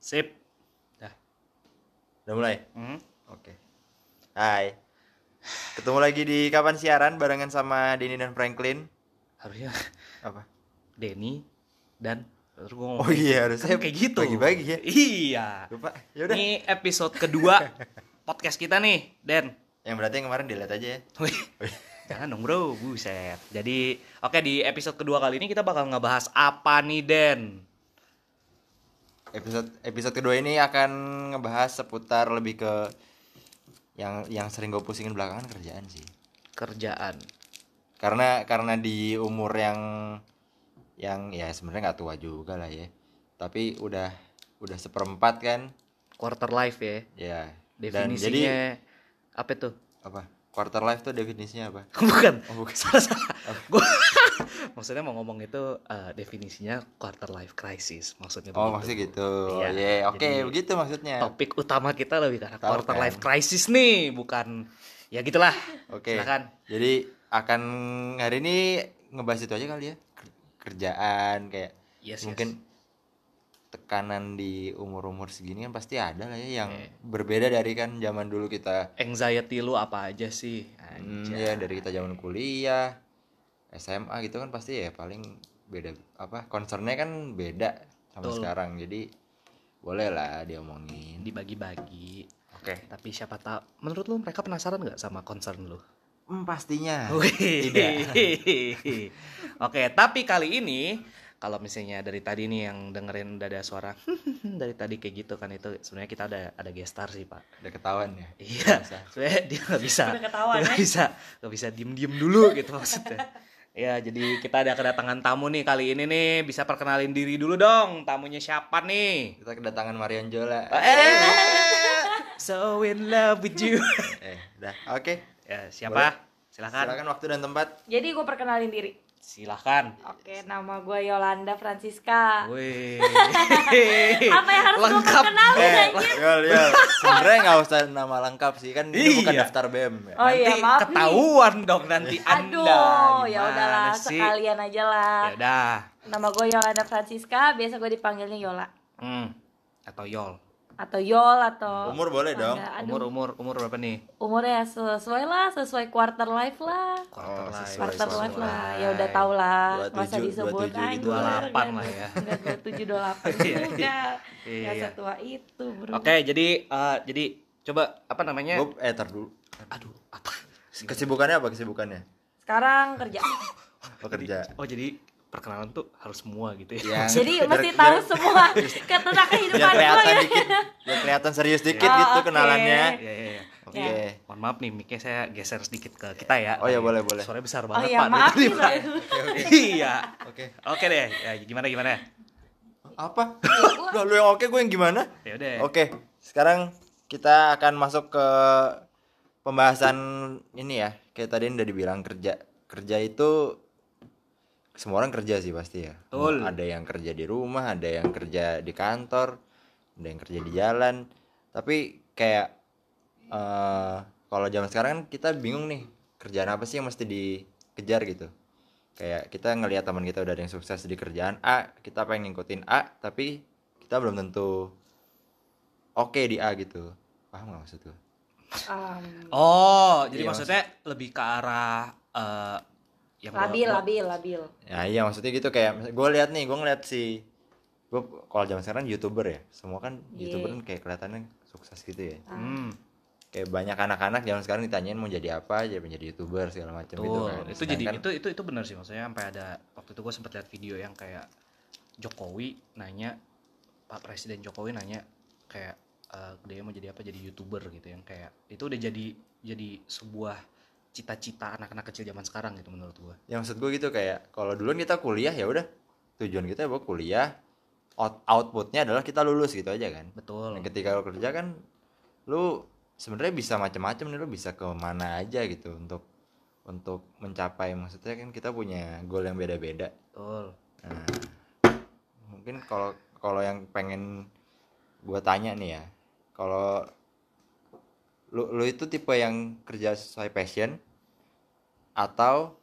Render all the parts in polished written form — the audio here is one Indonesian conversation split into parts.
Sip. Dah. Udah mulai? Oke. Hai. Ketemu lagi di Kapan Siaran barengan sama Denny dan Franklin. Harusnya Apa? Denny dan terus gue Oh iya, harusnya kayak gitu. Bagi-bagi ya. Iya. Lupa. Yaudah. Ini episode kedua podcast kita nih, Den. Yang berarti yang kemarin dilihat aja ya. Wih, jangan dong bro, buset. Jadi, oke, di episode kedua kali ini kita bakal ngebahas apa nih, Den? Episode kedua ini akan ngebahas seputar lebih ke yang sering gue pusingin belakangan kerjaan sih. Kerjaan. Karena di umur yang ya sebenarnya nggak tua juga lah ya. Tapi udah seperempat kan. Quarter life ya. Ya. Definisinya Dan jadi apa tuh? apa? Quarter life tuh definisinya apa? Bukan. Oh, bukan. Salah. Gua maksudnya mau ngomong itu definisinya quarter life crisis. Maksudnya Oh, begitu. maksudnya gitu. Iya, Iya, oke, jadi begitu maksudnya. Topik utama kita lebih karena Tahu quarter kan? life crisis nih, bukan ya gitulah. Oke. Silakan. Jadi akan hari ini ngebahas itu aja kali ya. Kerjaan kayak Yes, mungkin tekanan di umur-umur segini kan pasti ada lah ya yang Iya. berbeda dari kan zaman dulu kita. Anxiety lu apa aja sih? Ya dari kita zaman kuliah, SMA gitu kan pasti ya paling beda apa concernnya kan beda sama Betul. sekarang. Jadi boleh lah diomongin. Dibagi-bagi. Oke. Tapi siapa tahu menurut lu mereka penasaran nggak sama concern lu? Pastinya. Wih. Tidak. Oke, tapi kali ini kalau misalnya dari tadi nih yang dengerin udah ada suara dari tadi kayak gitu kan, itu sebenarnya kita ada guest star sih, Pak. Udah ketahuan ya. Iya, Biasa. sebenarnya dia nggak bisa, Udah ketahuan, nggak bisa diem dulu gitu maksudnya. Ya, jadi kita ada kedatangan tamu nih kali ini nih, bisa perkenalin diri dulu dong, tamunya siapa nih? Kita kedatangan Marion Jola. So in love with you. Udah. Oke. Ya, siapa? Boleh. Silakan. Silakan waktu dan tempat. Jadi gue perkenalin diri. Silakan. Oke, nama gue Yolanda Francisca. Wih. Apa yang harus gue Lengkap. perkenalin anjir? Yol. Sebenarnya nggak usah nama lengkap sih, kan ini bukan Iya. daftar BEM ya. Oh iya, Nanti maaf nih. ketahuan dong nanti Anda. Aduh, ya Gimana udahlah, sih? sekalian aja lah. Ya udah. Nama gue Yolanda Francisca, biasa gue dipanggilnya Yola. Atau Yol. Atau Yol atau Umur boleh dong. Enggak, aduh. Umur berapa nih? Umurnya sesuai quarter life lah. Quarter life. sesuai. Quarter life lah. Sesuai. Ya udah tau lah, 27, masa disebut 27 gitu. 28 lah ya. Enggak 27 28 Iya, juga. iya. Enggak setua itu, Bro. Oke, jadi coba apa namanya? Gue tar dulu. Aduh, apa? Kesibukannya apa kesibukannya? Sekarang kerja. Pekerja. Oh, jadi perkenalan tuh harus semua gitu ya. Yang Jadi mesti tahu semua tentang kehidupan biar gue kelihatan ya. dikit, biar kelihatan serius dikit Oh, gitu oke. kenalannya. Iya. Oke. Mohon maaf nih, mic-nya saya geser sedikit ke kita ya. Oh ya, boleh. Suaranya besar Oh banget, iya, Pak. maaf Dari nih, tadi, Pak. Pak. Iya. Oke. Oke deh. Ya, gimana? Apa? Udah lu yang oke, gue yang gimana? Ya udah. Oke, sekarang kita akan masuk ke pembahasan ini ya. Kayak tadi udah dibilang kerja. Kerja itu semua orang kerja sih pasti ya. Betul. Ada yang kerja di rumah, ada yang kerja di kantor, ada yang kerja di jalan. Tapi kayak kalau zaman sekarang kan kita bingung nih, kerjaan apa sih yang mesti dikejar gitu. Kayak kita ngelihat teman kita udah ada yang sukses di kerjaan A, kita pengen ngikutin A, tapi kita belum tentu oke di A gitu. Paham gak maksud gue? Oh, jadi Iya, maksudnya lebih ke arah yang Labil. Ya iya maksudnya gitu, kayak gue lihat nih, gue ngeliat si gue kalau zaman sekarang YouTuber ya, semua kan Iya. YouTuber kan kayak kelihatannya sukses gitu ya. Kayak banyak anak-anak zaman sekarang ditanyain mau jadi apa, jadi menjadi YouTuber segala macam gitu Betul. kan. Itu jadi Sedangkan- itu benar sih, maksudnya sampai ada waktu itu gue sempat lihat video yang kayak Jokowi nanya, Pak Presiden Jokowi nanya kayak dia mau jadi apa, jadi YouTuber gitu, yang kayak itu udah jadi sebuah cita-cita anak-anak kecil zaman sekarang gitu menurut gue. Ya maksud gue gitu, kayak kalau dulu kita kuliah ya udah tujuan kita buat kuliah, outputnya adalah kita lulus gitu aja kan. Betul. Nah, ketika lo kerja kan lu sebenarnya bisa macam-macam nih, lu bisa ke mana aja gitu untuk mencapai, maksudnya kan kita punya goal yang beda-beda. Betul. Nah, mungkin kalau yang pengen gua tanya nih ya, kalau lu itu tipe yang kerja sesuai passion atau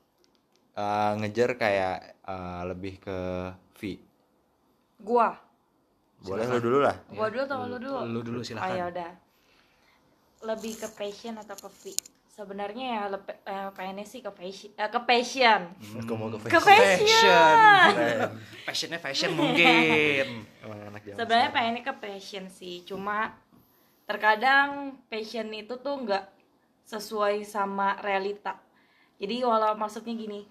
ngejar kayak lebih ke fee? Gua Boleh lu dulu lah. Gua dulu atau lu dulu? Lu dulu Oh ya silakan. udah. Lebih ke passion atau ke fee? Sebenarnya ya pengennya sih ke passion. Aku mau Ke passion. Passionnya fashion mungkin. Emang anak zaman Sebenarnya pengennya ke passion sih, cuma terkadang passion itu tuh nggak sesuai sama realita. Jadi walau maksudnya gini,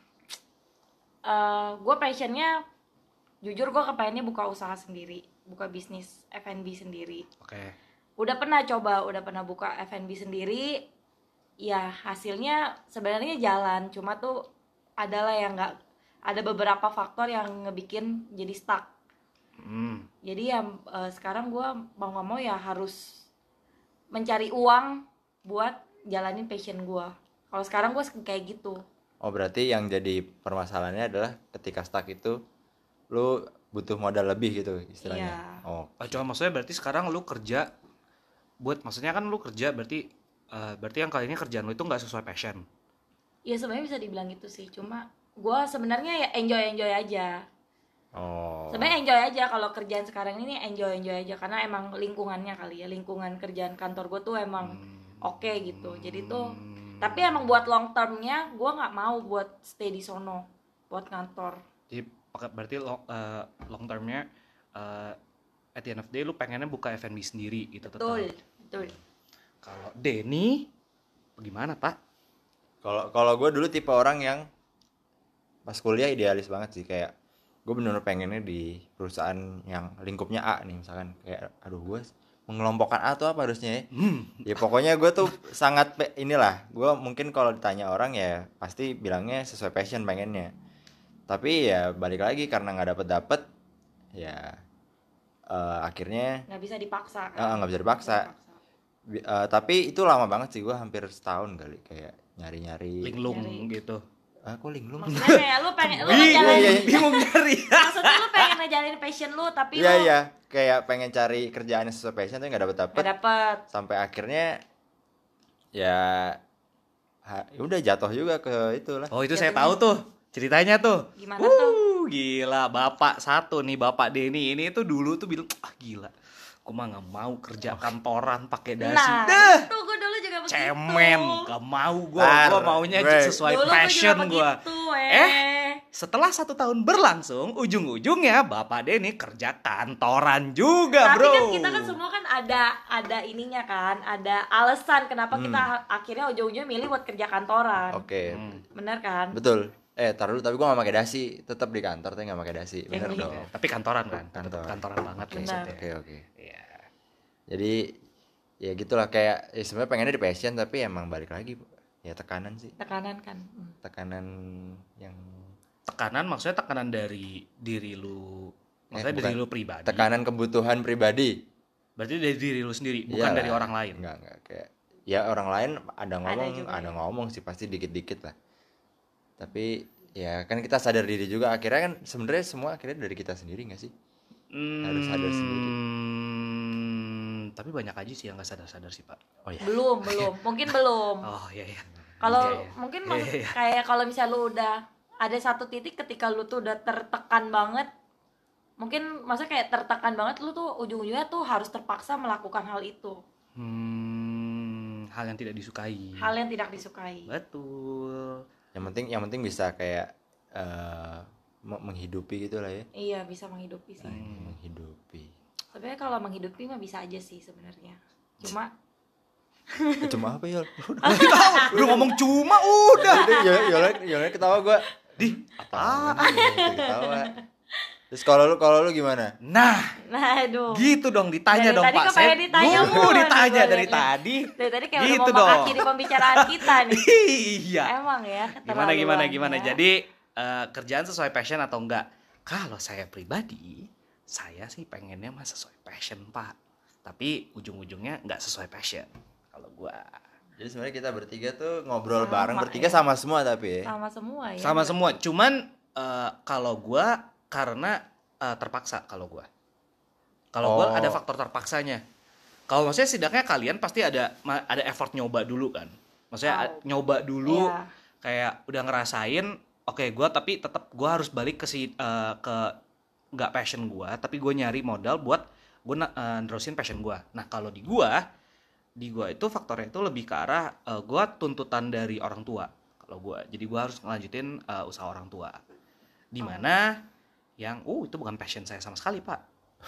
gue passionnya, jujur gue kepengennya buka usaha sendiri, buka bisnis F&B sendiri. Oke. Udah pernah buka F&B sendiri, ya hasilnya sebenarnya jalan, cuma tuh adalah yang nggak, ada beberapa faktor yang ngebikin jadi stuck. Jadi ya sekarang gue mau nggak mau ya harus mencari uang buat jalanin passion gue. Kalau sekarang gue kayak gitu. Oh, berarti yang jadi permasalahannya adalah ketika stuck itu lu butuh modal lebih gitu istilahnya. Iya. Oh, Cuma maksudnya berarti sekarang lu kerja maksudnya kan lu kerja berarti yang kali ini kerjaan lu itu nggak sesuai passion. Ya sebenarnya bisa dibilang gitu sih. Cuma gue sebenarnya ya enjoy aja. oh. Sebenarnya enjoy aja kalau kerjaan sekarang ini, enjoy aja karena emang lingkungannya kali ya, lingkungan kerjaan kantor gue tuh emang oke gitu. Jadi tuh, tapi emang buat long termnya gue nggak mau buat stay di sono, buat kantor. Jadi berarti long termnya at the end of the day lu pengennya buka F&B sendiri gitu tetap. Betul. Kalau Denny gimana Pak? Kalau gue dulu tipe orang yang pas kuliah idealis banget sih, kayak gue bener-bener pengennya di perusahaan yang lingkupnya A nih, misalkan kayak aduh gue mengelompokkan A tuh apa harusnya ya? Ya pokoknya gue tuh sangat inilah, gue mungkin kalau ditanya orang ya pasti bilangnya sesuai passion pengennya. Tapi ya balik lagi karena nggak dapet ya akhirnya Nggak bisa dipaksa kan? nggak bisa dipaksa. Tapi itu lama banget sih, gue hampir setahun kali kayak nyari-nyari. Linglung Nyari. gitu. Kok linglung? Maksudnya kayak lu pengen, lu Iya, ngejalanin, Bingung nyari. maksudnya lu pengen ngejalanin passion lu tapi lu Iya, kayak pengen cari kerjaan yang sesuai passion tapi nggak nggak dapet. dapet. Sampai akhirnya ya udah jatuh juga ke itulah. Oh itu saya tahu tuh ceritanya tuh. Gimana tuh? Gila, bapak satu nih, Bapak Denny ini tuh dulu tuh bilang gila, gue mah nggak mau kerja kantoran pakai dasi. Nah, itu gue dulu juga begitu. Cemen, gak mau gue maunya Bre. sesuai Dulu passion gue gue. juga begitu, Setelah 1 tahun berlangsung, ujung-ujungnya Bapak Denny kerja kantoran juga, Tapi bro. kan kita kan semua kan ada ininya kan, ada alasan kenapa kita akhirnya ujung-ujungnya milih buat kerja kantoran. Oke. Bener kan? Betul. Taruh dulu, tapi gue gak pakai dasi, tetap di kantor tapi gak pakai dasi. Bener Yang dong. Tapi kantoran kan, Kantor. kantoran banget Benar. maksudnya. Oke. Iya. Jadi ya gitulah, kayak ya sebenarnya pengennya di passion tapi emang balik lagi ya tekanan sih. Tekanan kan. Tekanan yang Tekanan maksudnya tekanan dari diri lu, maksudnya bukan. dari lu pribadi. Tekanan kebutuhan pribadi. Berarti dari diri lu sendiri, bukan Iyalah. dari orang lain. Enggak kayak ya orang lain ada ngomong, juga ada ya. ngomong sih pasti dikit-dikit lah. Tapi ya kan kita sadar diri juga, akhirnya kan sebenarnya semua akhirnya dari kita sendiri nggak sih? Harus sadar sendiri. Tapi banyak aja sih yang nggak sadar-sadar sih Pak. Oh ya. Belum, mungkin belum. Oh iya iya. Kalau Iya, iya. mungkin Iya, maksud iya. kayak kalau misalnya lu udah ada satu titik ketika lu tuh udah tertekan banget, mungkin maksudnya kayak tertekan banget, lu tuh ujung-ujungnya tuh harus terpaksa melakukan hal itu. Hal yang tidak disukai. Hal yang tidak disukai. Betul. Yang penting bisa kayak menghidupi gitu lah ya. Iya, bisa menghidupi sih. Menghidupi. Sebenarnya kalau menghidupi mah bisa aja sih sebenarnya. Cuma Cuma apa ya? Udah ngomong cuma udah. Yola ketawa gua. Apa? Ketawa. Terus kalau lu gimana? Nah, aduh. gitu dong ditanya Dari dong tadi Pak. kok pengen ditanya mulu nih ditanya gua dari liatnya. tadi. Dari tadi kayak Gitu udah mau dong. mengakhiri pembicaraan kita nih. Iya. Emang ya. Gimana ya. Jadi kerjaan sesuai passion atau enggak? Kalau saya pribadi, saya sih pengennya mah sesuai passion Pak. Tapi ujung-ujungnya enggak sesuai passion. Kalau gua. Jadi sebenarnya kita bertiga tuh ngobrol Sama, bareng bertiga ya. sama semua tapi ya. Sama semua ya. Sama semua. Cuman kalau gua karena terpaksa kalau gua. Kalau gua ada faktor terpaksanya. Kalau maksudnya setidaknya kalian pasti ada effort nyoba dulu kan. Maksudnya nyoba dulu Iya. kayak udah ngerasain oke gua tapi tetap gua harus balik ke ke nggak passion gua tapi gua nyari modal buat gue nerusin passion gue. Nah kalau di gue itu faktornya itu lebih ke arah gue tuntutan dari orang tua kalau gue, jadi gue harus ngelanjutin usaha orang tua, dimana yang itu bukan passion saya sama sekali pak.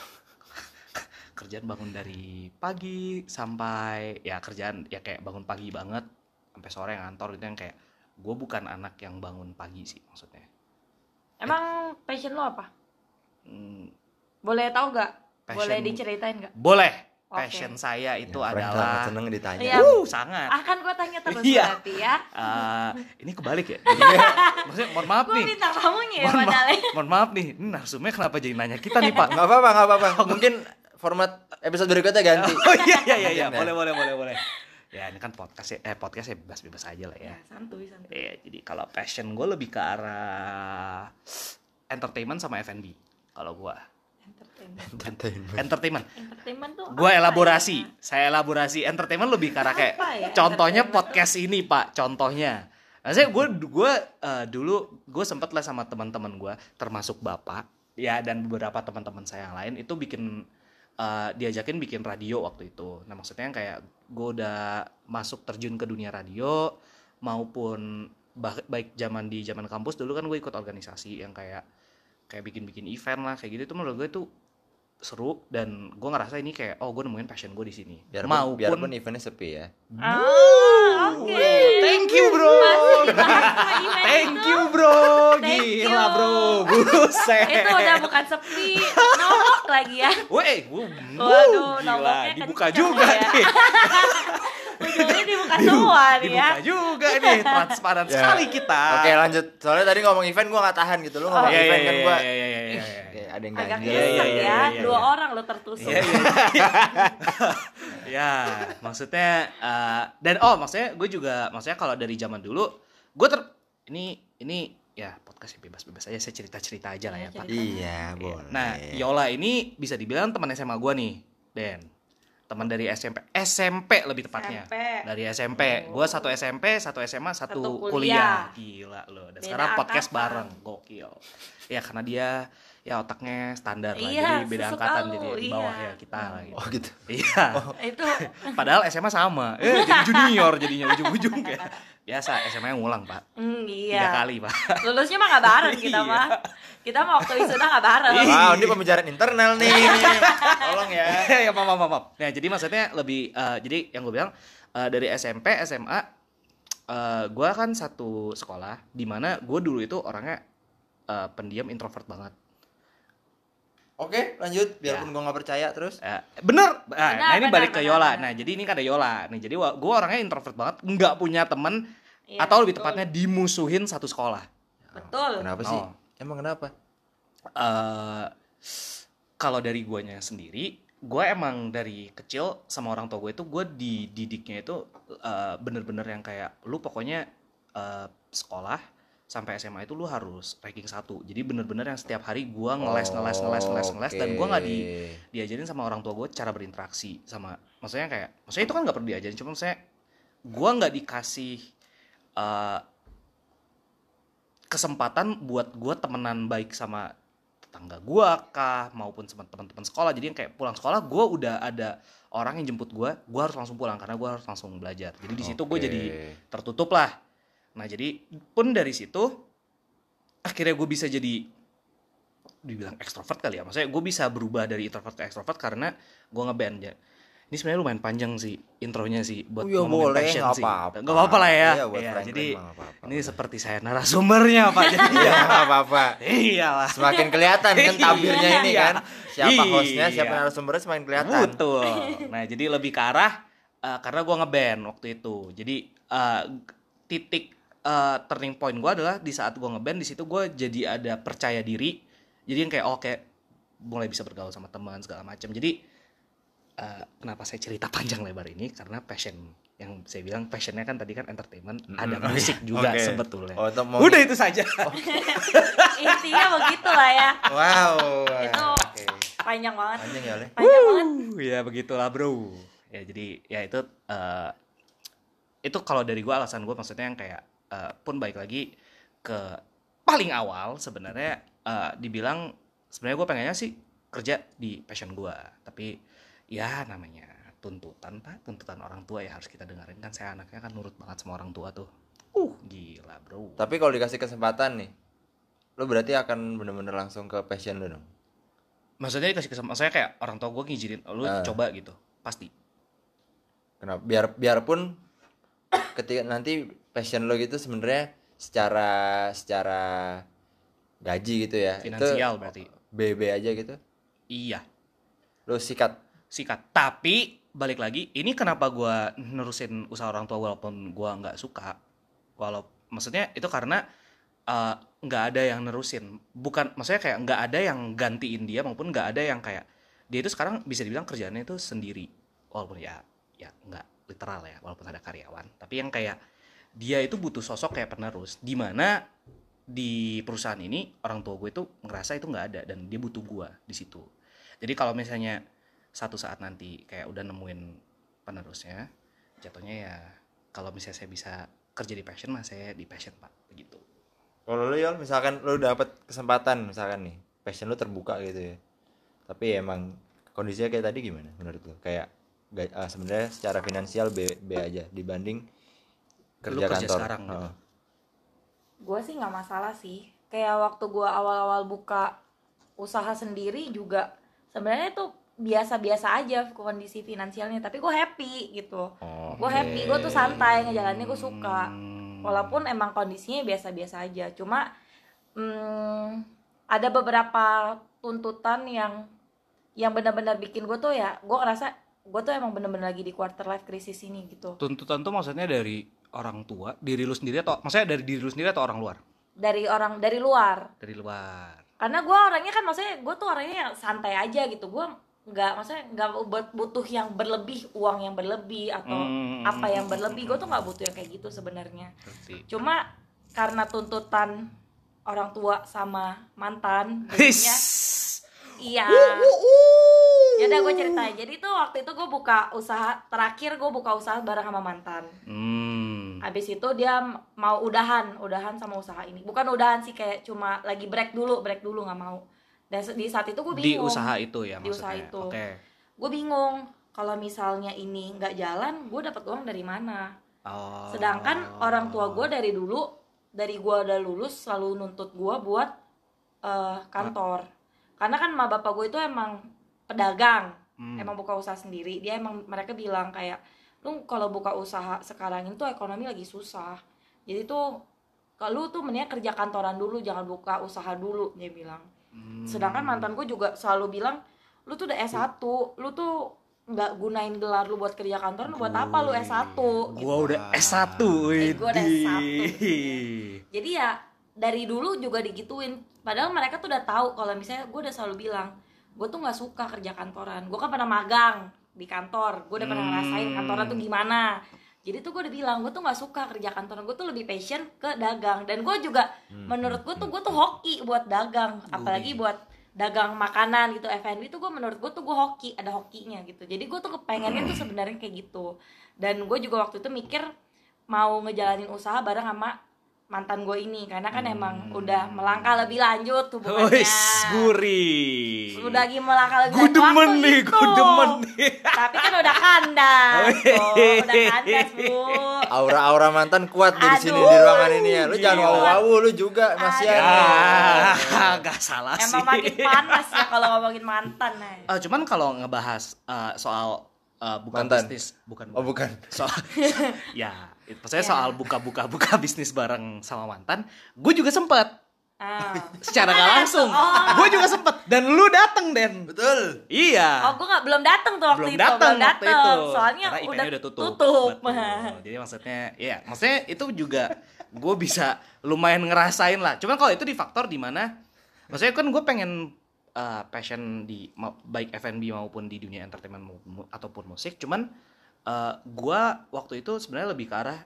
Kerjaan bangun dari pagi sampai ya kerjaan ya kayak bangun pagi banget sampai sore ngantor, itu yang kayak gue bukan anak yang bangun pagi sih maksudnya. Emang passion lo apa? Hmm, Boleh tahu gak? Passion- Boleh diceritain gak? boleh. Oke. Passion saya itu Ya, Frank adalah sangat seneng ditanya. Iya. sangat. Akan gue tanya terus Iya. berarti ya. Ini kebalik ya. Jadi, maksudnya mohon maaf Gue nih. minta kamunya ya Mohon maaf, padahal. mohon maaf nih. Ini narsumnya kenapa jadi nanya kita nih Pak? Nggak apa-apa. Mungkin format episode berikutnya ganti. Oh iya. Mungkin ya. Boleh. Ya ini kan podcast ya bebas-bebas aja lah ya. Ya, santuy. Iya, jadi kalau passion gue lebih ke arah entertainment sama F&B. Kalau gue entertainment. Entertainment tuh Gue apa elaborasi, ya? saya elaborasi entertainment lebih ke arah kayak Apa ya contohnya entertainment podcast ini Pak, contohnya. Maksudnya gue dulu gue sempet lah sama teman-teman gue, termasuk bapak, ya dan beberapa teman-teman saya yang lain itu bikin diajakin bikin radio waktu itu. Nah maksudnya kayak gue udah masuk terjun ke dunia radio maupun baik di zaman kampus dulu kan gue ikut organisasi yang kayak bikin event lah kayak gitu, itu menurut gue tuh seru dan gue ngerasa ini kayak gue nemuin passion gue di sini. Biarpun eventnya sepi ya. Oke. Thank you bro. Masih dibahas sama event Thank itu. you bro. Thank Gila you. bro. Buset. Itu udah bukan sepi, nongok lagi ya. Waduh, Waduh, gila, nongoknya dibuka kenceng juga ya. nih. Ujungnya dibuka semua nih ya. Dibuka juga nih, transparan Ya. sekali kita. Oke, lanjut. Soalnya tadi ngomong event gua nggak tahan gitu. Lu ngomong Iya, event kan gua. iya. Kayak ada yang Agak ganjil. Iya, nyesek iya, ya, iya. 2 orang lo tertusuk. Iya. Ya, maksudnya dan maksudnya gue juga maksudnya kalau dari zaman dulu gue ini ya podcast bebas-bebas aja, saya cerita-cerita aja lah ya Iya, Pak. Iya, boleh. Nah, Yola ini bisa dibilang teman SMA gue nih, Den. Teman dari SMP lebih tepatnya. SMP. Dari SMP. Gue satu SMP, satu SMA, satu Satu kuliah. kuliah. Gila loh. Dan Beda sekarang podcast angkatan. bareng, gokil. Ya karena dia ya otaknya standar lah, Iya, jadi beda sesuka angkatan, lu, jadi di iya. bawah ya kita lah gitu. Oh gitu. Iya. Itu Padahal SMA sama. Jadi junior jadinya ujung-ujung kayak. Biasa SMA yang ngulang, Pak. 3 iya. kali, Pak. Lulusnya mah gak bareng kita Iya. mah. Kita mah waktu wisuda gak bareng. Iya. Wow, ini pembicaraan internal nih. Tolong ya. Ya maaf. Nah, jadi maksudnya lebih jadi yang gue bilang dari SMP, SMA gue kan satu sekolah di mana gue dulu itu orangnya pendiam, introvert banget. Oke, lanjut. Biarpun Ya. gua nggak percaya terus. Bener. Nah, ini Benar, balik ke benar, Yola. benar. Nah, jadi ini kan ada Yola. Nih, jadi gue orangnya introvert banget, nggak punya temen Iya, atau lebih betul. tepatnya dimusuhin satu sekolah. Betul. Kenapa No. sih? Emang kenapa? Kalau dari guanya sendiri, gue emang dari kecil sama orang tua gue itu gue dididiknya itu bener-bener yang kayak lu pokoknya sekolah sampai SMA itu lu harus ranking 1. Jadi bener-bener yang setiap hari gue ngeles dan gue nggak diajarin sama orang tua gue cara berinteraksi sama, maksudnya itu kan nggak perlu diajarin, cuma maksudnya gue nggak dikasih kesempatan buat gue temenan baik sama tetangga gue kah maupun sama teman-teman sekolah. Jadi yang kayak pulang sekolah gue udah ada orang yang jemput gue harus langsung pulang karena gue harus langsung belajar. Jadi di situ gue jadi tertutup lah. Nah jadi pun dari situ akhirnya gue bisa jadi dibilang ekstrovert kali ya. Maksudnya gue bisa berubah dari introvert ke ekstrovert karena gue ngeband ya. Ini sebenarnya lumayan panjang sih intronya sih buat ya ngomongin boleh, passion nggak sih. apa-apa. Nggak apa-apa lah ya. Iya, buat Ya, friend-friend jadi mah nggak apa-apa. ini seperti saya narasumbernya Pak. Jadi Iya, nggak apa-apa. iyalah. Semakin kelihatan kan tabirnya ini Iya. kan. Siapa hostnya, Iya. siapa narasumbernya semakin kelihatan. Betul. Nah, jadi lebih ke arah karena gue ngeband waktu itu. Jadi titik turning point gue adalah di saat gue ngeband, di situ gue jadi ada percaya diri. Jadi yang kayak kayak mulai bisa bergaul sama teman segala macam. Jadi kenapa saya cerita panjang lebar ini karena passion yang saya bilang passionnya kan tadi kan entertainment, ada musik juga Oke. sebetulnya. Oh, itu mau- Udah itu saja. Intinya begitulah ya. Wow. Itu Oke. panjang banget. Panjang ya, Le. Panjang banget. Ya begitulah bro. Ya jadi ya itu kalau dari gue alasan gue maksudnya yang kayak pun baik lagi ke paling awal sebenarnya dibilang sebenarnya gue pengennya sih kerja di passion gue. Tapi ya namanya tuntutan pak, tuntutan orang tua ya harus kita dengerin kan. Saya anaknya kan nurut banget sama orang tua tuh. Gila bro. Tapi kalau dikasih kesempatan nih, lu berarti akan bener-bener langsung ke passion lu dong? Maksudnya dikasih kesempatan, saya kayak orang tua gue ngizinin lu coba gitu, pasti. Kenapa? Biarpun ketika nanti passion lo gitu sebenarnya secara gaji gitu ya, Finansial itu berarti. BB aja gitu, Iya, lo sikat. tapi balik lagi, ini kenapa gue nerusin usaha orang tua walaupun gue nggak suka, maksudnya itu karena nggak ada yang nerusin, bukan maksudnya kayak nggak ada yang gantiin dia maupun nggak ada yang kayak dia itu sekarang bisa dibilang kerjaannya itu sendiri, walaupun ya nggak literal ya, walaupun ada karyawan, tapi yang kayak dia itu butuh sosok kayak penerus, di mana di perusahaan ini orang tua gue itu ngerasa itu nggak ada dan dia butuh gue di situ. Jadi kalau misalnya satu saat nanti kayak udah nemuin penerusnya, jatuhnya ya kalau misalnya saya bisa kerja di passion, mah saya di passion pak, begitu. Kalau lo Yol, misalkan lo dapet kesempatan, misalkan nih passion lo terbuka gitu ya, tapi emang kondisinya kayak tadi gimana menurut lo? Kayak sebenarnya secara finansial B aja dibanding kerja kantor sekarang gitu. Gue sih nggak masalah sih. Kayak waktu gue awal-awal buka usaha sendiri juga sebenarnya tuh biasa-biasa aja kondisi finansialnya, tapi gue happy gitu. Gue happy, gue tuh santai ngejalaninnya, gue suka. Walaupun emang kondisinya biasa-biasa aja. Cuma ada beberapa tuntutan yang benar-benar bikin gue tuh ya, gue ngerasa gue tuh emang bener-bener lagi di quarter life crisis ini gitu. Tuntutan tuh maksudnya dari orang tua, diri lu sendiri atau maksudnya dari diri lu sendiri atau orang luar? Dari luar. Dari luar. Karena gue orangnya kan, maksudnya gue tuh orangnya yang santai aja gitu. Gue nggak butuh yang berlebih, uang yang berlebih atau apa yang berlebih. Gue tuh nggak butuh yang kayak gitu sebenarnya. Cuma karena tuntutan orang tua sama mantan, jadinya iya. Ya udah gue ceritain. Jadi tuh waktu itu gue buka usaha, terakhir gue buka usaha bareng sama mantan. Habis itu dia mau udahan sama usaha ini. Bukan udahan sih, kayak cuma lagi break dulu nggak mau. Dan di saat itu gue bingung. Di usaha itu ya maksudnya. Di usaha itu. Okay. Gue bingung kalau misalnya ini nggak jalan, gue dapat uang dari mana? Sedangkan orang tua gue dari gue udah lulus selalu nuntut gue buat kantor. Karena kan emak bapak gue itu emang pedagang, emang buka usaha sendiri. Dia emang, mereka bilang kayak, lu kalau buka usaha sekarang itu ekonomi lagi susah. Jadi tuh kalau lu tuh mendingan kerja kantoran dulu, jangan buka usaha dulu, dia bilang. Sedangkan mantanku juga selalu bilang, lu tuh udah S1, lu tuh nggak gunain gelar lu buat kerja kantor, lu buat apa lu S1? Gua gitu. udah S1. Gua udah S1. Jadi ya dari dulu juga digituin. Padahal mereka tuh udah tahu kalau misalnya gue udah selalu bilang, gue tuh nggak suka kerja kantoran. Gue kan pernah magang di kantor, gue udah pernah ngerasain kantoran tuh gimana. Jadi tuh gue udah bilang, gue tuh nggak suka kerja kantoran, gue tuh lebih passion ke dagang. Dan gue juga menurut gue tuh hoki buat dagang, apalagi buat dagang makanan gitu, F&B tuh gue menurut gue tuh gue hoki, ada hokinya gitu. Jadi gue tuh kepengennya tuh sebenarnya kayak gitu. Dan gue juga waktu itu mikir mau ngejalanin usaha bareng sama mantan gue ini, karena kan emang udah melangkah lebih lanjut hubungannya. Gurih. Udah lagi melangkah lebih Gue lanjut demen waktu nih, itu. gue demen nih. Tapi kan udah kandas, udah kandas bu. Aura mantan kuat di sini Aduh, di ruangan ini ya. Lu jangan gila. wawu-wawu, lu juga masih Aduh. ada. Gak salah sih. Emang makin panas ya kalau ngomongin mantan. Cuman kalau ngebahas soal bukan Mantan. bisnis, bukan. Oh bukan. Soal ya, maksudnya soal buka bisnis bareng sama mantan, gue juga sempet. Secara gak langsung, gue juga sempet. Dan lu dateng Den. Betul. Iya. Oh, gue belum datang tuh waktu itu. Belum datang. Soalnya karena udah udah tutup. Betul. Jadi maksudnya itu juga gue bisa lumayan ngerasain lah. Cuman kalau itu di faktor di mana, maksudnya kan gue pengen passion di baik F&B maupun di dunia entertainment ataupun musik. Cuman gue waktu itu sebenarnya lebih ke arah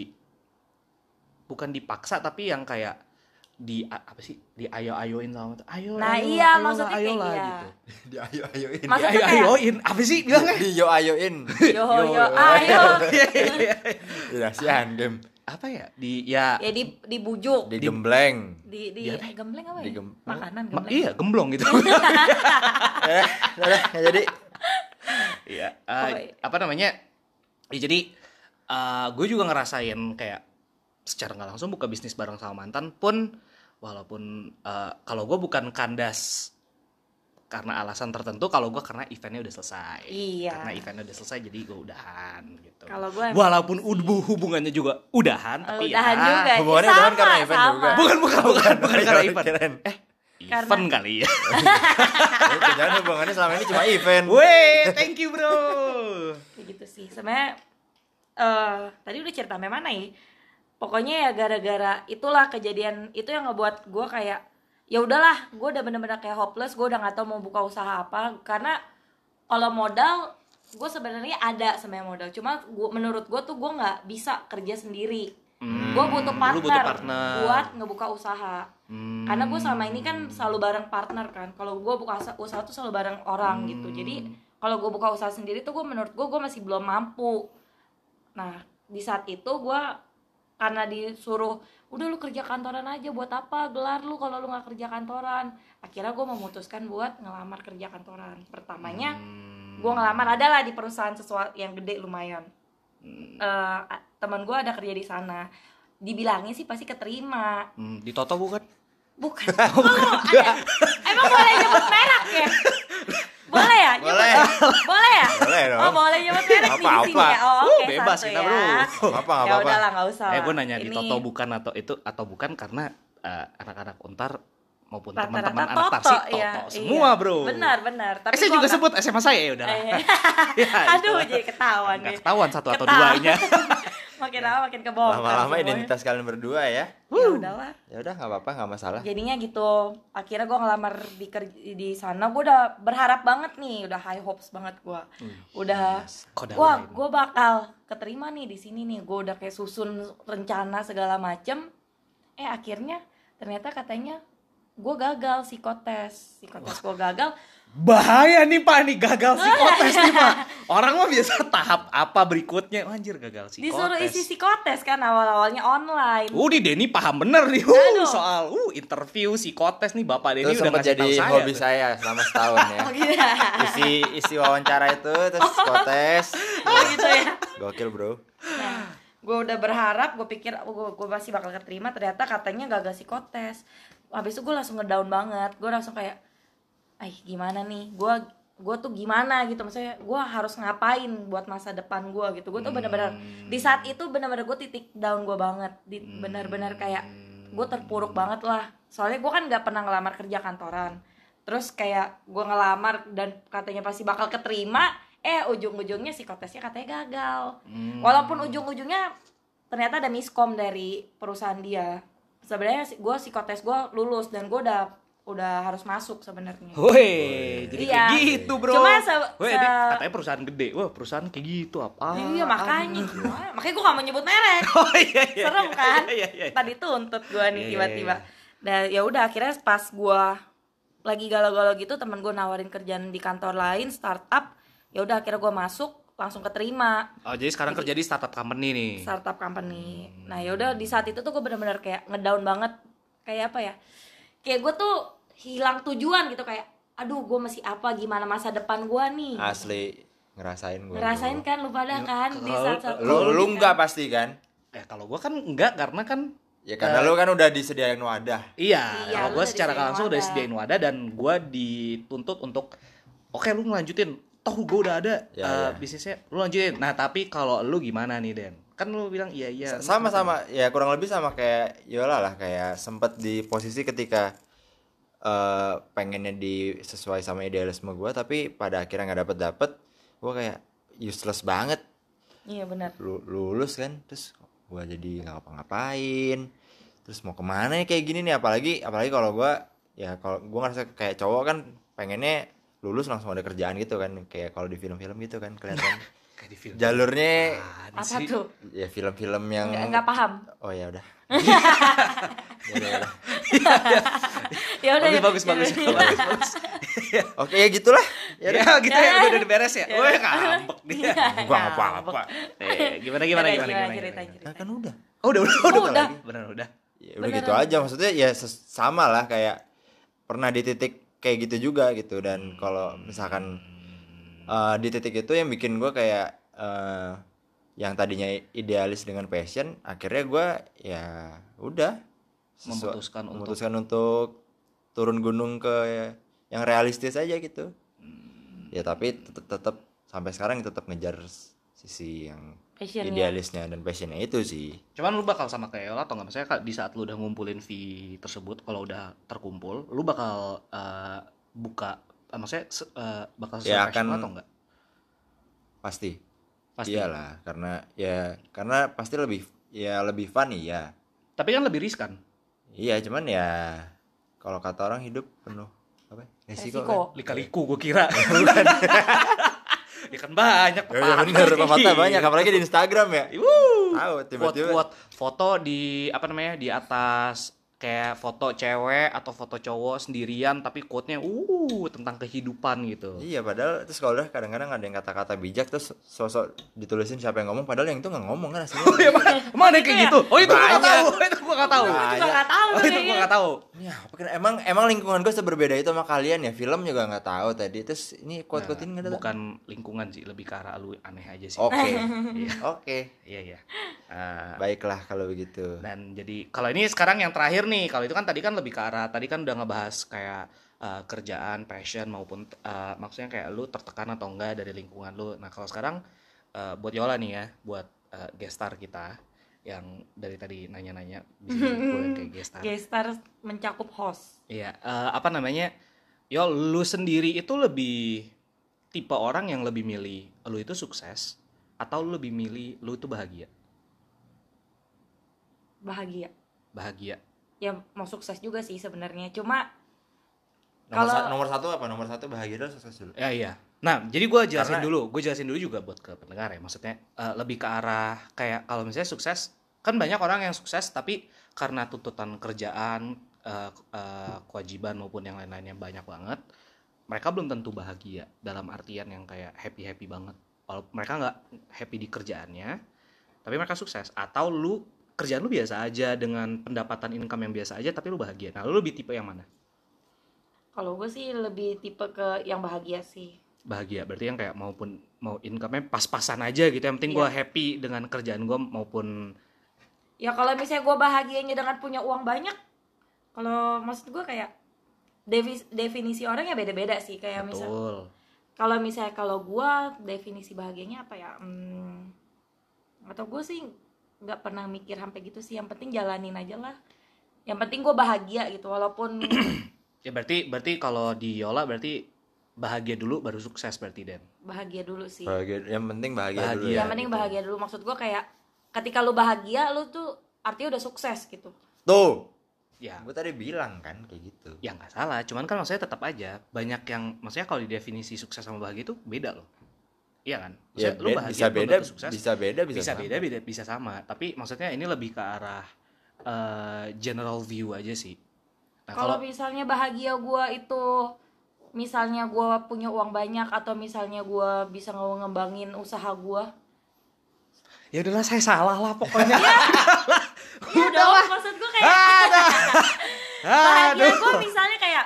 bukan dipaksa, tapi yang kayak di ayo-ayoin sama tuh. Ayo. Nah, ayo, iya, ayo maksudnya ayo kayak lah, iya. gitu. Di ayo-ayoin. Maksudnya kayak Ayo-ayoin. Apa sih bilangnya? Di yo-ayoin. yo ayo. Iya, sian game. apa ya? Ya dibujuk, digembleng. gembleng apa ya? Digem- Makanan gembleng. iya, gemblong gitu. Udah nggak jadi. Iya, Oke. apa namanya? Ya, jadi gue juga ngerasain kayak secara nggak langsung buka bisnis bareng sama mantan pun, walaupun kalau gue bukan kandas karena alasan tertentu, kalau gue karena eventnya udah selesai. Iya. Karena eventnya udah selesai, jadi gue udahan gitu. Kalau gue walaupun hubungannya juga udahan, tapi udahan ya juga. Hubungannya udahan karena event juga. bukan karena event. Keren. Event kali ya. Jangan hubungannya selama ini cuma event. Weh, thank you bro. kayak gitu sih. Sebenarnya tadi udah cerita sampai mana ya? Pokoknya ya gara-gara itulah kejadian itu yang ngebuat gue kayak ya udahlah, gue udah bener-bener kayak hopeless, gue udah nggak tahu mau buka usaha apa. Karena kalau modal gue sebenarnya ada sebenarnya modal, cuma menurut gue tuh gue nggak bisa kerja sendiri. Gue butuh partner buat ngebuka usaha. Karena gue selama ini kan selalu bareng partner kan. Kalau gue buka usaha tuh selalu bareng orang gitu. Jadi kalau gue buka usaha sendiri tuh menurut gue masih belum mampu. Nah di saat itu gue karena disuruh udah lu kerja kantoran aja, buat apa gelar lu kalau lu nggak kerja kantoran. Akhirnya gue memutuskan buat ngelamar kerja kantoran. Pertamanya gue ngelamar adalah di perusahaan sesuatu yang gede lumayan. Teman gue ada kerja di sana, dibilangnya sih pasti keterima. Di Toto bukan? Bukan. Emang boleh nyebut merek ya? Boleh ya? Boleh. Boleh ya? Boleh dong. Oh boleh nyebut merek di sini Apa-apa. ya? Oh oke, Bebas santuy kita, bro. Apa Ya udahlah nggak usah. Gue nanya di Ini Toto bukan atau bukan karena anak-anak Untar maupun rata-rata teman-teman anak Toto, taksi iya, Toto semua iya. bro. Benar. Tapi Saya gua juga nggak- sebut SMA saya ya udah. Aduh jadi ketahuan Nggak deh. ketahuan satu atau duanya. Makin lama makin kebongkar. Lama-lama semuanya. identitas kalian berdua ya. Ya udahlah. Ya udah nggak apa-apa, nggak masalah. Jadinya gitu. Akhirnya gue ngelamar di sana. Gue udah berharap banget nih, udah high hopes banget gue. Udah, Kode wah lain. gue bakal keterima nih di sini nih. Gue udah kayak susun rencana segala macem. Akhirnya ternyata katanya gue gagal psikotes gue gagal. Bahaya nih Pak, nih gagal psikotes nih Pak. Orang mah biasa tahap apa berikutnya. Anjir gagal psikotes. Disuruh isi psikotes kan awalnya online. Nih Denny paham bener nih Aduh. soal interview psikotes nih Bapak Denny Itu udah sempat ngasih jadi tahu saya. hobi tuh. saya selama setahun ya. Oh gitu. Isi wawancara itu terus psikotes. Oh gitu ya. Gokil bro. Nah, gue udah berharap, gue pikir gue masih bakal keterima, ternyata katanya gagal psikotes. Habis itu gue langsung ngedown banget, gue langsung kayak, gimana nih, gue tuh gimana gitu, maksudnya gue harus ngapain buat masa depan gue gitu. Gue tuh benar-benar di saat itu benar-benar gue titik down gue banget, benar-benar kayak gue terpuruk banget lah. Soalnya gue kan nggak pernah ngelamar kerja kantoran, terus kayak gue ngelamar dan katanya pasti bakal keterima, ujung-ujungnya psikotesnya katanya gagal. Walaupun ujung-ujungnya ternyata ada miskom dari perusahaan dia. Sebenarnya gue psikotes gue lulus dan gue udah harus masuk sebenarnya. Woi, jadi Iya. kayak gitu bro. Cuma Woi, ini katanya perusahaan gede. Wah, perusahaan kayak gitu apa? Iya makanya gimana? Makanya gue gak mau nyebut merek. Oh iya. Serem kan? Iya. Tadi tuntut gue nih Iya, tiba-tiba. iya. Dan ya udah akhirnya pas gue lagi galau-galau gitu, temen gue nawarin kerjaan di kantor lain startup. Ya udah akhirnya gue masuk, langsung keterima Oh, jadi sekarang kerja di startup company nih. startup company. Nah ya udah di saat itu tuh gue benar-benar kayak ngedown banget. Kayak apa ya? Kayak gue tuh hilang tujuan gitu, kayak aduh gue masih apa, gimana masa depan gue nih. Asli ngerasain gue. Ngerasain kan lu pada kan di saat-saat Lu enggak pasti kan? Kalau gue kan enggak, karena kan Ya karena lu kan udah disediain wadah. Iya, Iya, kalau lu gue udah secara disediain langsung udah wadah. disediain wadah dan gue dituntut untuk oke lu ngelanjutin. Toh gue udah ada Ya. bisnisnya, lu lanjutin. Nah tapi kalau lu gimana nih Den? Kan lu bilang iya. Sama-sama ya kurang lebih sama kayak Yola lah, kayak sempet di posisi ketika pengennya sesuai sama idealisme gue tapi pada akhirnya nggak dapet gue kayak useless banget. Iya benar. Lulus kan terus gue jadi nggak ngapa-ngapain, terus mau kemana ya kayak gini nih, apalagi kalau gue ngerasa kayak cowok kan pengennya lulus langsung ada kerjaan gitu kan, kayak kalau di film-film gitu kan kelihatan Kayak di film. jalurnya Apaan Apa sih? tuh? ya film-film yang Nggak paham. oh ya udah. Ya udah. Bagus. Oke ya gitulah. Ya gitu ya, udah beres ya. Ya. Wah, ngambek dia. Gua apa-apa. Gimana? Cerita. Nah, kan udah Oh udah Oh, udah. bener udah. Ya udah Beneran. gitu aja, maksudnya ya sama lah kayak pernah di titik kayak gitu juga gitu. Dan kalau misalkan di titik itu yang bikin gue kayak yang tadinya idealis dengan passion, akhirnya gue ya udah memutuskan untuk turun gunung ke yang realistis aja gitu. Ya tapi tetap sampai sekarang tetap ngejar sisi yang Passionnya. idealisnya dan passionnya itu sih. Cuman lu bakal sama kayak Yola atau nggak? Maksudnya di saat lu udah ngumpulin fee tersebut, kalau udah terkumpul, lu bakal buka, maksudnya bakal sesuai Ya, passion lu akan- atau enggak? Pasti. Pasti. Iyalah, karena pasti lebih fun ya. Tapi kan lebih riskan. Iya, cuman ya kalau kata orang hidup penuh apa? Resiko. Resiko. Kan? Lika-liku gue kira. Bukan. Ya kan banyak. Ya bener, pepatah banyak apalagi di Instagram ya. Tahu tiba-tiba. Quote foto di apa namanya, di atas kayak foto cewek atau foto cowok sendirian tapi quote-nya tentang kehidupan gitu. Iya, padahal terus kalau udah kadang-kadang ada yang kata-kata bijak terus sosok ditulisin siapa yang ngomong padahal yang itu nggak ngomong kan aslinya. Oh iya, emang ada kayak gitu. Oh itu gua nggak tahu. Banyak. Itu gua nggak tahu. Gue juga nggak tahu Oh tuh itu kayaknya. gua nggak tahu. Ya, apa kan emang lingkungan gue seberbeda itu sama kalian ya. Film juga nggak tahu tadi. Terus ini quote-quote ini nggak ada. Bukan lingkungan sih, lebih ke arah lu aneh aja sih. Oke. Iya. Oke. Iya. Baiklah kalau begitu. Dan jadi kalau ini sekarang yang terakhir nih, kalau itu kan tadi kan lebih ke arah, tadi kan udah ngebahas kayak kerjaan, passion maupun maksudnya kayak lu tertekan atau enggak dari lingkungan lu. Nah kalau sekarang buat Yola nih ya, buat guest star kita yang dari tadi nanya-nanya bisa boleh kayak guest star. Gestar mencakup host. Iya, apa namanya? Yo, lu sendiri itu lebih tipe orang yang lebih milih lu itu sukses atau lu lebih milih lu itu bahagia? Bahagia. Bahagia. Ya mau sukses juga sih sebenarnya. Cuma Nomor satu apa? Nomor satu bahagia dulu, sukses dulu. Ya iya. Nah, jadi gue jelasin Karena- dulu. Gue jelasin dulu juga buat ke pendengar ya. Maksudnya lebih ke arah kayak kalau misalnya sukses, kan banyak orang yang sukses tapi karena tuntutan kerjaan, kewajiban maupun yang lain-lainnya banyak banget, mereka belum tentu bahagia dalam artian yang kayak happy banget. Kalau mereka nggak happy di kerjaannya, tapi mereka sukses. Atau lu kerjaan lu biasa aja dengan pendapatan income yang biasa aja, tapi lu bahagia. Nah, lu lebih tipe yang mana? kalau gue sih lebih tipe ke yang bahagia sih. Bahagia berarti yang kayak mau income-nya pas-pasan aja gitu, yang penting gue Iya. happy dengan kerjaan gue maupun Ya kalau misalnya gue bahagianya dengan punya uang banyak, kalau maksud gue kayak definisi orang ya beda-beda sih. Kayak misal betul. kalau gue definisi bahagianya apa ya? Atau gue sih nggak pernah mikir sampai gitu sih. Yang penting jalanin aja lah. Yang penting gue bahagia gitu, walaupun Ya berarti kalau di Yola berarti bahagia dulu baru sukses berarti Den. bahagia dulu sih. Bahagia, yang penting bahagia dulu Bahagia. ya. Yang penting gitu. bahagia dulu. Maksud gue kayak ketika lu bahagia, lu tuh artinya udah sukses gitu. Tuh, Ya, gue tadi bilang kan kayak gitu. ya nggak salah. Cuman kan maksudnya tetap aja banyak yang maksudnya kalau di definisi sukses sama bahagia itu beda loh. Iya kan? Ya, Maksudnya lu bahagia bisa belum beda, tentu sukses. bisa beda, bisa sama. beda bisa sama. Tapi maksudnya ini lebih ke arah general view aja sih. Nah, Kalau misalnya bahagia gue itu, misalnya gue punya uang banyak atau misalnya gue bisa ngembangin usaha gue, ya udahlah saya salah lah pokoknya. iya dong. Maksud gue kayak bahagia gue misalnya kayak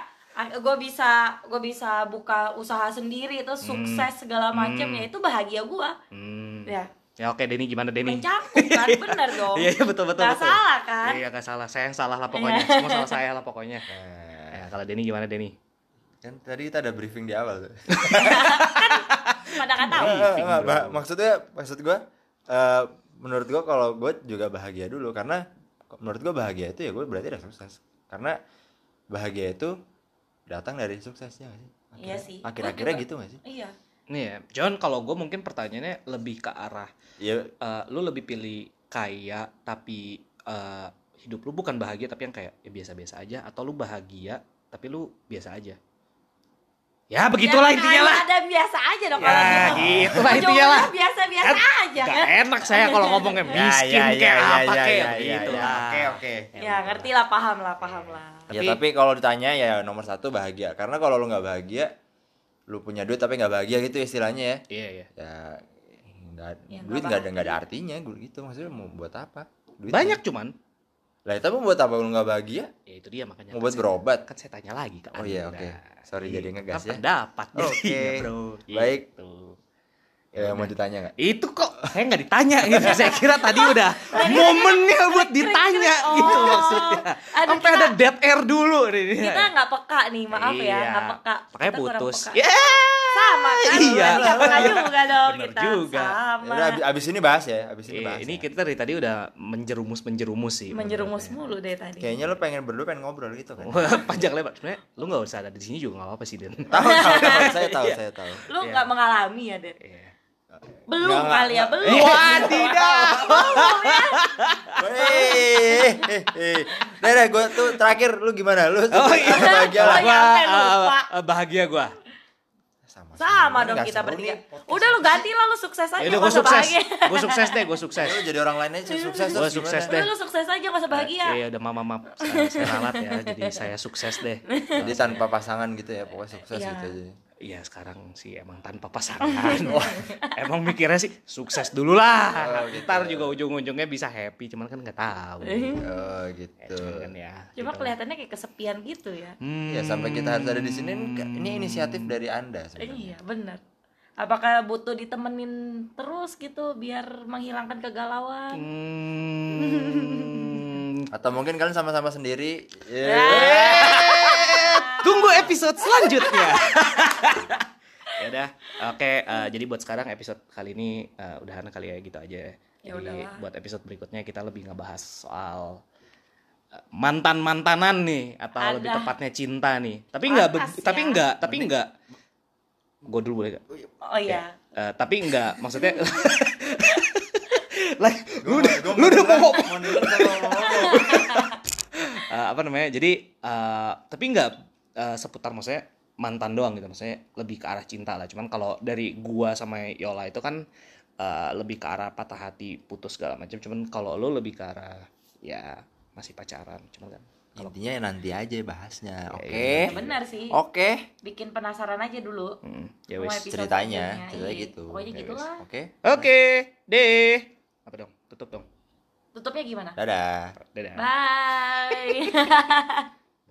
gue bisa buka usaha sendiri terus sukses segala macam, ya itu bahagia gue. Ya Ya oke Denny, gimana Denny? mencakup kan, bener dong. Iya betul. Gak salah kan? Iya gak salah, saya yang salah lah pokoknya. Semua salah saya lah pokoknya. Ya, kalau Denny gimana Denny? Kan tadi kita ada briefing di awal tuh. Pada nggak tahu. Briefing, Nggak, bro. maksud gue menurut gue kalau gue juga bahagia dulu, karena menurut gue bahagia itu ya gue berarti udah sukses, karena bahagia itu datang dari suksesnya nggak sih? Iya sih. Akhir-akhirnya Gua juga. gitu nggak sih? Iya. Nih ya, John, kalau gue mungkin pertanyaannya lebih ke arah Iya. lu lebih pilih kaya tapi hidup lu bukan bahagia tapi yang kayak ya biasa-biasa aja, atau lu bahagia tapi lu biasa aja? Ya begitulah Ya, intinya lah. Ada biasa aja dong Ya kalau gitu. gitulah intinya lah. Biasa-biasa aja Gak kan. enak saya kalau ngomongnya miskin kayak apa kayak begitu lah. Oke. Ya ngerti lah, paham lah. Ya tapi kalau ditanya ya nomor satu bahagia, karena kalau lu nggak bahagia, lu punya duit tapi nggak bahagia gitu istilahnya ya. Iya. Ya nggak, Ya, duit nggak nggak ada artinya gue gitu, maksudnya mau buat apa? duitnya. Banyak cuman. Lah tapi buat apa lu nggak bahagia? Ya itu dia makanya. Mau buat kan berobat? kan saya tanya lagi ke Oh iya, Anda. oke. Sorry, jadi ngegas Kan ya. pendapat Oke. jadinya, bro. Baik. Gitu. Ya, mau ditanya nggak? Itu kok saya nggak ditanya gitu. Saya kira tadi udah momennya buat ditanya Oh. gitu maksudnya. Aduh, Sampai ada dead air dulu nih. Kita nggak peka nih, maaf ya, Iya. nggak peka. Makanya Kita kurang putus. peka. Ya. Sama kan? Iya. Berarti nggak peka juga dong Bener kita. juga. Sama. Ya udah, abis ini bahas ya. Abis ini bahas. Ini ya. kita dari tadi udah menjerumus sih. Menjerumus mulu deh tadi. Kayaknya lu pengen berdua pengen ngobrol gitu kan? Panjang lebar. Sebenarnya lu nggak usah ada di sini juga nggak apa-apa sih, Den. Tahu, saya tahu, saya tahu. Lu Iya. nggak mengalami ya, Dek? Iya. Belum Nggak, kali ya, nggak. belum. Wah, tidak. Deh, gue tuh terakhir lu gimana? Lu Oh iya. bahagia lah. Oh, iya. sampai lupa. Bahagia gua. Sama dong Nggak kita seru bertiga. nih podcast. Udah lu ganti lah, lu sukses aja. Udah nggak gue usah sukses. bahagia. Gue sukses deh, gue sukses. Lu jadi orang lain aja sukses Gua terus sukses gimana? deh. Udah lu sukses aja, gak usah bahagia. Iya udah maaf saya ralat ya, jadi saya sukses deh. Jadi tanpa pasangan gitu ya, pokoknya sukses Iya. gitu aja. Iya sekarang sih emang tanpa pasangan. Emang mikirnya sih sukses dulu lah. Oh, gitu. Ntar juga ujung-ujungnya bisa happy, cuman kan nggak tahu. Oh Ya, gitu. cuman kan ya. Cuma gitu. kelihatannya kayak kesepian gitu ya. Ya sampai kita harus ada di sini ini inisiatif dari Anda sebenarnya. Iya, benar. Apakah butuh ditemenin terus gitu biar menghilangkan kegalauan? Atau mungkin kalian sama-sama sendiri. Tunggu episode selanjutnya. Ya udah, oke. Jadi buat sekarang episode kali ini udahan kali ya gitu aja. Ya Jadi udahlah. buat episode berikutnya kita lebih ngebahas soal mantan-mantanan nih atau Ada. lebih tepatnya cinta nih. Tapi enggak, Pantas ya. tapi enggak. Gue dulu boleh gak? Oh iya. Tapi enggak, maksudnya. Lu udah mau apa namanya? Jadi tapi enggak seputar maksudnya mantan doang gitu, maksudnya lebih ke arah cinta lah. Cuman kalau dari gua sama Yola itu kan lebih ke arah patah hati, putus segala macam. Cuman kalau lo lebih ke arah ya masih pacaran, cuman kan Intinya nanti aja bahasnya. Oke. Ya, benar sih. Oke. Bikin penasaran aja dulu. ya Mau wes. episode Ceritanya selanjutnya. Iya. gitu. Pokoknya Ya gitulah. wes. Oke. Oke, deh. Apa dong? Tutup dong. Tutupnya gimana? Dadah. Dadah. Bye.